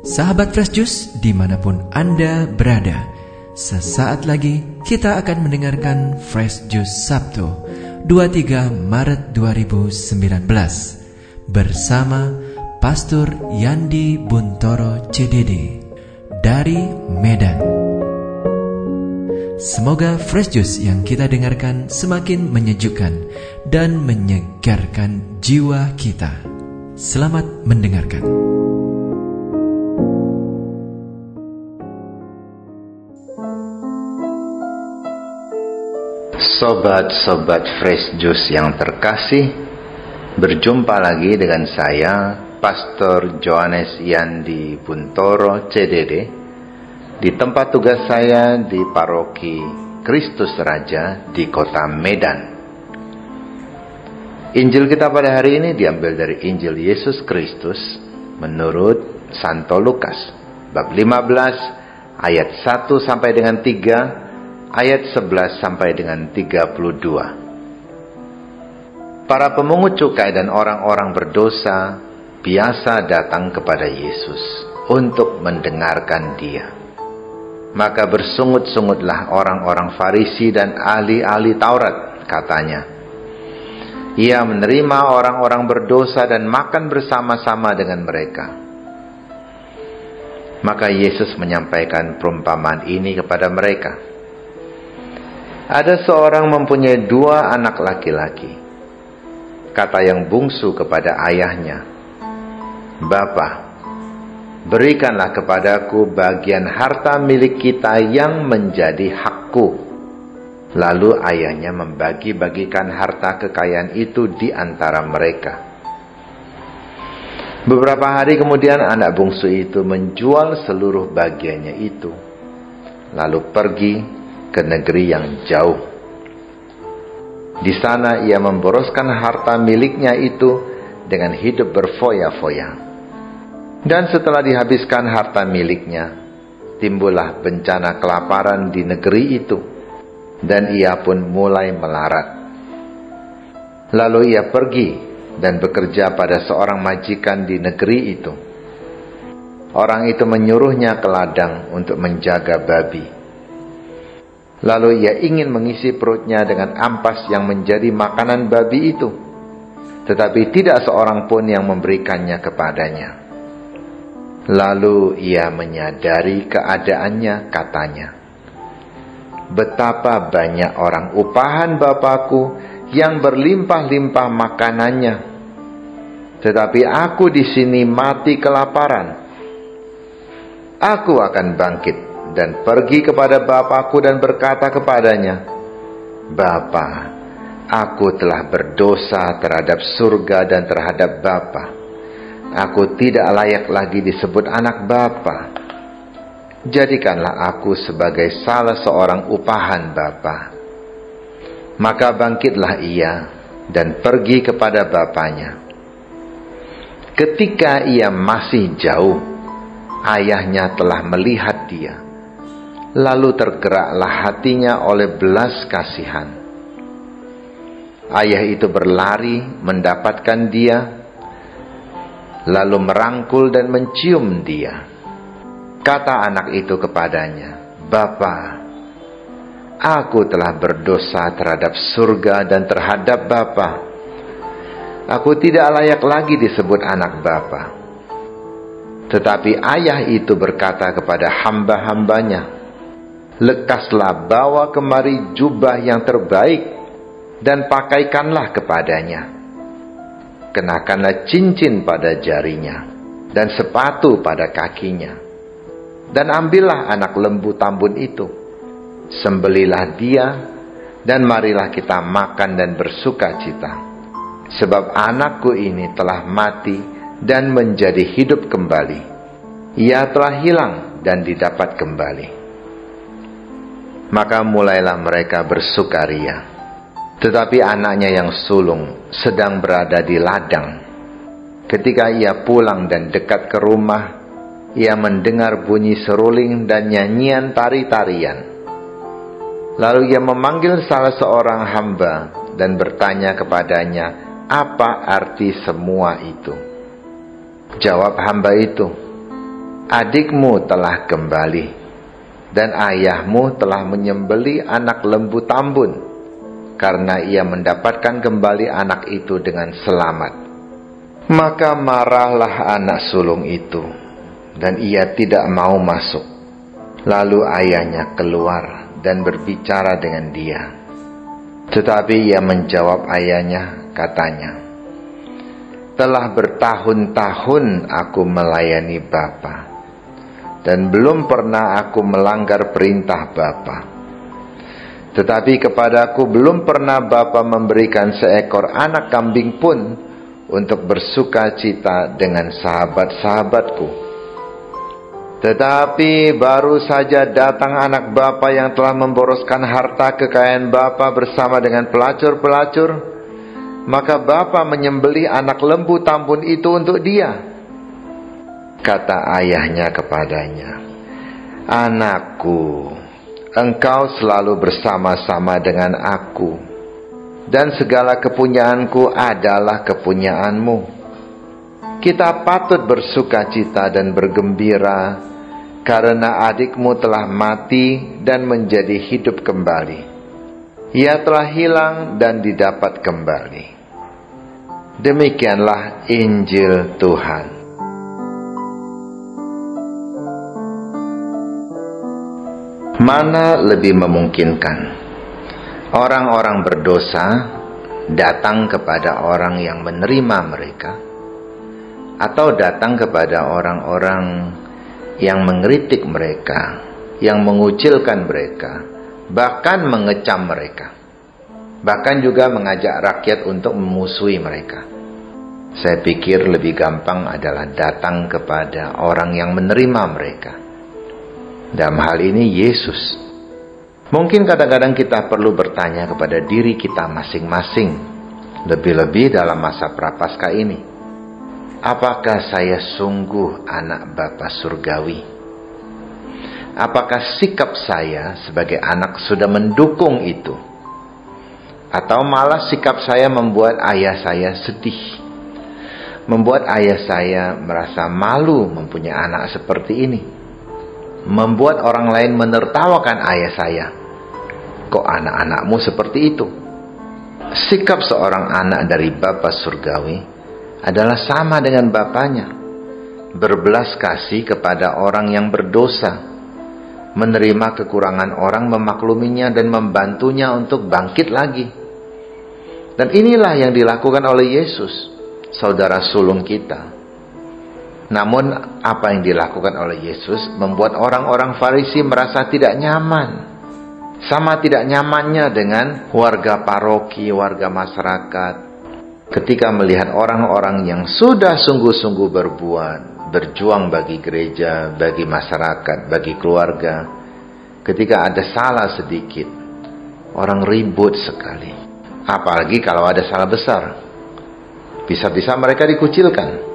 Sahabat Fresh Juice dimanapun Anda berada, sesaat lagi kita akan mendengarkan Fresh Juice Sabtu 23 Maret 2019 bersama Pastor Yandi Buntoro CDD dari Medan. Semoga Fresh Juice yang kita dengarkan semakin menyejukkan dan menyegarkan jiwa kita. Selamat mendengarkan. Sobat-sobat Fresh Juice yang terkasih, berjumpa lagi dengan saya, Pastor Johannes Yandi Buntoro CDD, di tempat tugas saya di Paroki Kristus Raja di kota Medan. Injil kita pada hari ini diambil dari Injil Yesus Kristus menurut Santo Lukas, bab 15 ayat 1 sampai dengan 3, ayat 11 sampai dengan 32. Para pemungut cukai dan orang-orang berdosa biasa datang kepada Yesus untuk mendengarkan Dia. Maka bersungut-sungutlah orang-orang Farisi dan ahli-ahli Taurat, katanya. Ia menerima orang-orang berdosa dan makan bersama-sama dengan mereka. Maka Yesus menyampaikan perumpamaan ini kepada mereka. Ada seorang mempunyai 2 anak laki-laki. Kata yang bungsu kepada ayahnya, "Bapa, berikanlah kepadaku bagian harta milik kita yang menjadi hakku." Lalu ayahnya membagi-bagikan harta kekayaan itu di antara mereka. Beberapa hari kemudian anak bungsu itu menjual seluruh bagiannya itu, lalu pergi ke negeri yang jauh. Di sana ia memboroskan harta miliknya itu dengan hidup berfoya-foya. Dan setelah dihabiskan harta miliknya, timbullah bencana kelaparan di negeri itu, dan ia pun mulai melarat. Lalu ia pergi dan bekerja pada seorang majikan di negeri itu. Orang itu menyuruhnya ke ladang untuk menjaga babi. Lalu ia ingin mengisi perutnya dengan ampas yang menjadi makanan babi itu. Tetapi tidak seorang pun yang memberikannya kepadanya. Lalu ia menyadari keadaannya, katanya, "Betapa banyak orang upahan Bapakku yang berlimpah-limpah makanannya. Tetapi aku di sini mati kelaparan. Aku akan bangkit dan pergi kepada Bapakku dan berkata kepadanya, Bapa, aku telah berdosa terhadap surga dan terhadap Bapa. Aku tidak layak lagi disebut anak Bapa. Jadikanlah aku sebagai salah seorang upahan Bapa." Maka bangkitlah ia dan pergi kepada bapaknya. Ketika ia masih jauh, ayahnya telah melihat dia. Lalu tergeraklah hatinya oleh belas kasihan. Ayah itu berlari mendapatkan dia, lalu merangkul dan mencium dia. Kata anak itu kepadanya, "Bapa, aku telah berdosa terhadap surga dan terhadap Bapa. Aku tidak layak lagi disebut anak Bapa." Tetapi ayah itu berkata kepada hamba-hambanya, "Lekaslah bawa kemari jubah yang terbaik dan pakaikanlah kepadanya. Kenakanlah cincin pada jarinya dan sepatu pada kakinya. Dan ambillah anak lembu tambun itu, sembelilah dia, dan marilah kita makan dan bersuka cita. Sebab anakku ini telah mati dan menjadi hidup kembali. Ia telah hilang dan didapat kembali." Maka mulailah mereka bersukaria. Tetapi anaknya yang sulung sedang berada di ladang. Ketika ia pulang dan dekat ke rumah, ia mendengar bunyi seruling dan nyanyian tari-tarian. Lalu ia memanggil salah seorang hamba dan bertanya kepadanya, "Apa arti semua itu?" Jawab hamba itu, adikmu telah kembali, dan ayahmu telah menyembeli anak lembu tambun, karena ia mendapatkan kembali anak itu dengan selamat. Maka marahlah anak sulung itu, dan ia tidak mau masuk. Lalu ayahnya keluar dan berbicara dengan dia. Tetapi ia menjawab ayahnya, katanya, telah bertahun-tahun aku melayani Bapa, dan belum pernah aku melanggar perintah Bapa. Tetapi kepadaku belum pernah Bapa memberikan seekor anak kambing pun untuk bersuka cita dengan sahabat-sahabatku. Tetapi baru saja datang anak bapa yang telah memboroskan harta kekayaan bapa bersama dengan pelacur-pelacur, maka bapa menyembelih anak lembu tambun itu untuk dia. Kata ayahnya kepadanya, anakku, engkau selalu bersama-sama dengan aku, dan segala kepunyaanku adalah kepunyaanmu. Kita patut bersuka cita dan bergembira, karena adikmu telah mati dan menjadi hidup kembali. Ia telah hilang dan didapat kembali. Demikianlah Injil Tuhan. Mana lebih memungkinkan? Orang-orang berdosa datang kepada orang yang menerima mereka, atau datang kepada orang-orang yang mengkritik mereka, yang mengucilkan mereka, bahkan mengecam mereka, bahkan juga mengajak rakyat untuk memusuhi mereka? Saya pikir lebih gampang adalah datang kepada orang yang menerima mereka. Dalam hal ini Yesus. Mungkin kadang-kadang kita perlu bertanya kepada diri kita masing-masing, lebih-lebih dalam masa prapaskah ini. Apakah saya sungguh anak Bapa surgawi? Apakah sikap saya sebagai anak sudah mendukung itu? Atau malah sikap saya membuat ayah saya sedih, membuat ayah saya merasa malu mempunyai anak seperti ini, membuat orang lain menertawakan ayah saya. Kok anak-anakmu seperti itu? Sikap seorang anak dari Bapa surgawi adalah sama dengan bapaknya, berbelas kasih kepada orang yang berdosa, menerima kekurangan orang, memakluminya dan membantunya untuk bangkit lagi. Dan inilah yang dilakukan oleh Yesus, saudara sulung kita. Namun apa yang dilakukan oleh Yesus membuat orang-orang Farisi merasa tidak nyaman. Sama tidak nyamannya dengan warga paroki, warga masyarakat, ketika melihat orang-orang yang sudah sungguh-sungguh berbuat, berjuang bagi gereja, bagi masyarakat, bagi keluarga, ketika ada salah sedikit, orang ribut sekali. Apalagi kalau ada salah besar, bisa-bisa mereka dikucilkan.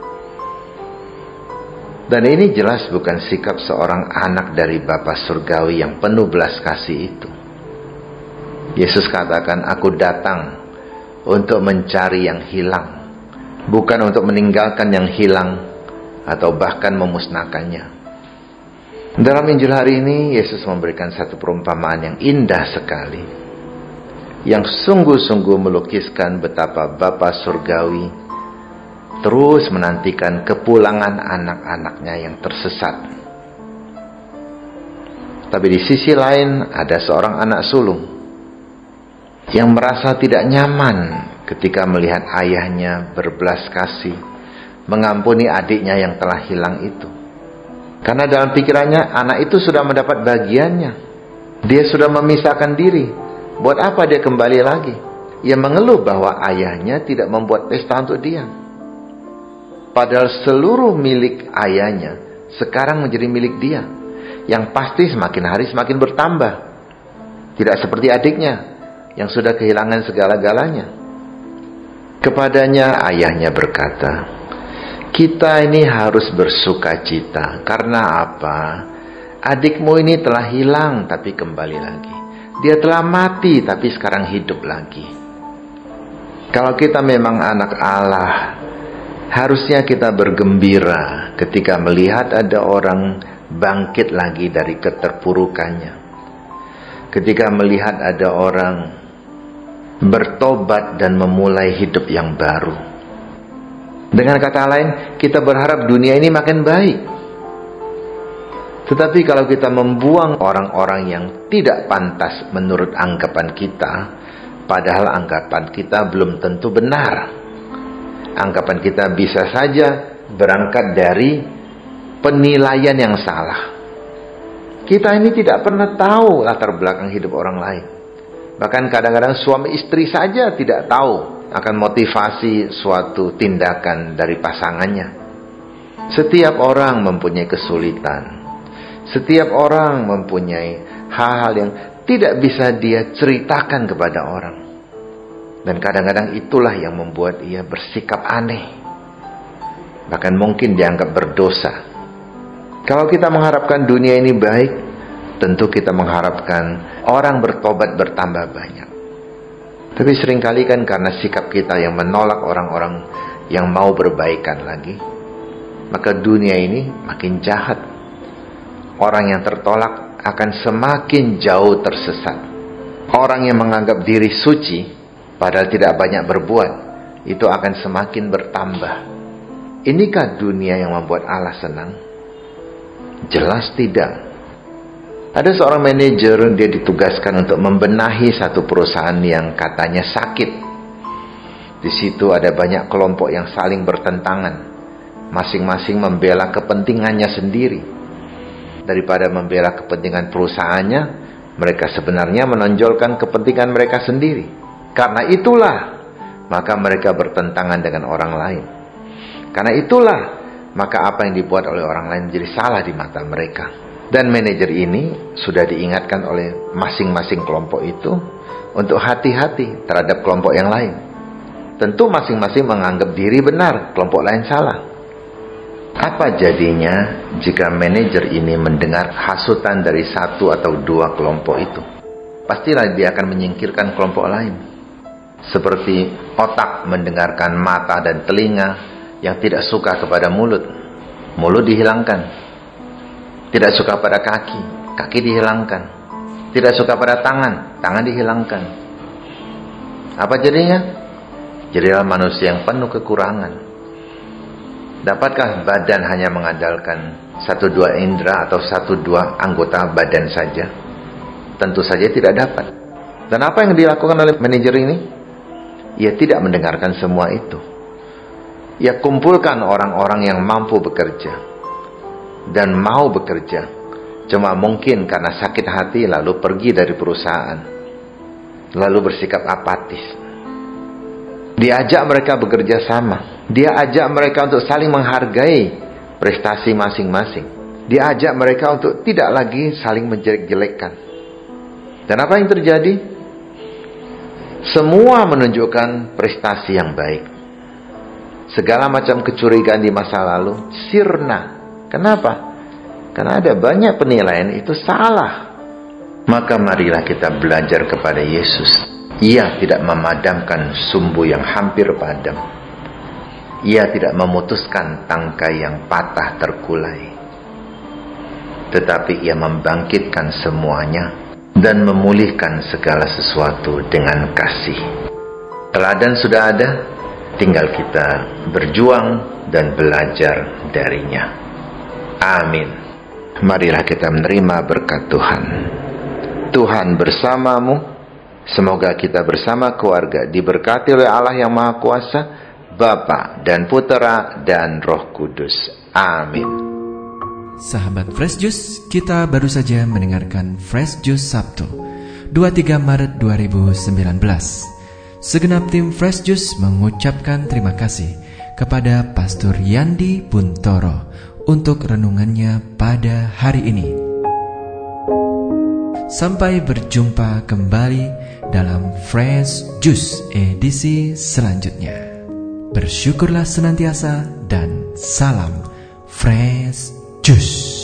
Dan ini jelas bukan sikap seorang anak dari Bapa surgawi yang penuh belas kasih itu. Yesus katakan, aku datang untuk mencari yang hilang, bukan untuk meninggalkan yang hilang atau bahkan memusnahkannya. Dalam Injil hari ini Yesus memberikan satu perumpamaan yang indah sekali, yang sungguh-sungguh melukiskan betapa Bapa surgawi terus menantikan kepulangan anak-anaknya yang tersesat. Tapi di sisi lain ada seorang anak sulung yang merasa tidak nyaman ketika melihat ayahnya berbelas kasih, mengampuni adiknya yang telah hilang itu. Karena dalam pikirannya anak itu sudah mendapat bagiannya. Dia sudah memisahkan diri. Buat apa dia kembali lagi? Ia mengeluh bahwa ayahnya tidak membuat pesta untuk dia. Padahal seluruh milik ayahnya sekarang menjadi milik dia, yang pasti semakin hari semakin bertambah. Tidak seperti adiknya yang sudah kehilangan segala-galanya. Kepadanya ayahnya berkata, kita ini harus bersuka cita. Karena apa? Adikmu ini telah hilang tapi kembali lagi. Dia telah mati tapi sekarang hidup lagi. Kalau kita memang anak Allah, Harusnya kita bergembira ketika melihat ada orang bangkit lagi dari keterpurukannya. Ketika melihat ada orang bertobat dan memulai hidup yang baru. Dengan kata lain, kita berharap dunia ini makin baik. Tetapi kalau kita membuang orang-orang yang tidak pantas menurut anggapan kita, padahal anggapan kita belum tentu benar. Anggapan kita bisa saja berangkat dari penilaian yang salah. Kita ini tidak pernah tahu latar belakang hidup orang lain. Bahkan kadang-kadang suami istri saja tidak tahu akan motivasi suatu tindakan dari pasangannya. Setiap orang mempunyai kesulitan. Setiap orang mempunyai hal-hal yang tidak bisa dia ceritakan kepada orang. Dan kadang-kadang itulah yang membuat ia bersikap aneh. Bahkan mungkin dianggap berdosa. Kalau kita mengharapkan dunia ini baik, tentu kita mengharapkan orang bertobat bertambah banyak. Tapi seringkali kan karena sikap kita yang menolak orang-orang yang mau berbaikan lagi, maka dunia ini makin jahat. Orang yang tertolak akan semakin jauh tersesat. Orang yang menganggap diri suci padahal tidak banyak berbuat, itu akan semakin bertambah. Inikah dunia yang membuat Allah senang? Jelas tidak. Ada seorang manajer, dia ditugaskan untuk membenahi satu perusahaan yang katanya sakit. Di situ ada banyak kelompok yang saling bertentangan, masing-masing membela kepentingannya sendiri. Daripada membela kepentingan perusahaannya, mereka sebenarnya menonjolkan kepentingan mereka sendiri. Karena itulah, maka mereka bertentangan dengan orang lain. Karena itulah, maka apa yang dibuat oleh orang lain menjadi salah di mata mereka. Dan manajer ini sudah diingatkan oleh masing-masing kelompok itu untuk hati-hati terhadap kelompok yang lain. Tentu masing-masing menganggap diri benar, kelompok lain salah. Apa jadinya jika manajer ini mendengar hasutan dari satu atau dua kelompok itu? Pastilah dia akan menyingkirkan kelompok lain. Seperti otak mendengarkan mata dan telinga yang tidak suka kepada mulut, mulut dihilangkan. Tidak suka pada kaki, kaki dihilangkan. Tidak suka pada tangan, tangan dihilangkan. Apa jadinya? Jadilah manusia yang penuh kekurangan. Dapatkah badan hanya mengandalkan satu dua indera atau satu dua anggota badan saja? Tentu saja tidak dapat. Dan apa yang dilakukan oleh manajer ini? Ia tidak mendengarkan semua itu. Ia kumpulkan orang-orang yang mampu bekerja dan mau bekerja. Cuma mungkin karena sakit hati lalu pergi dari perusahaan, lalu bersikap apatis. Diajak mereka bekerja sama. Dia ajak mereka untuk saling menghargai prestasi masing-masing. Dia ajak mereka untuk tidak lagi saling menjelek-jelekkan. Dan apa yang terjadi? Semua menunjukkan prestasi yang baik. Segala macam kecurigaan di masa lalu sirna. Kenapa? Karena ada banyak penilaian itu salah. Maka marilah kita belajar kepada Yesus. Ia tidak memadamkan sumbu yang hampir padam. Ia tidak memutuskan tangkai yang patah terkulai. Tetapi ia membangkitkan semuanya dan memulihkan segala sesuatu dengan kasih. Teladan sudah ada, tinggal kita berjuang dan belajar darinya. Amin. Marilah kita menerima berkat Tuhan. Tuhan bersamamu. Semoga kita bersama keluarga diberkati oleh Allah yang Maha Kuasa, Bapa dan Putera dan Roh Kudus. Amin. Sahabat Fresh Juice, kita baru saja mendengarkan Fresh Juice Sabtu 23 Maret 2019. Segenap tim Fresh Juice mengucapkan terima kasih kepada Pastor Yandi Buntoro untuk renungannya pada hari ini. Sampai berjumpa kembali dalam Fresh Juice edisi selanjutnya. Bersyukurlah senantiasa dan salam Fresh Juice.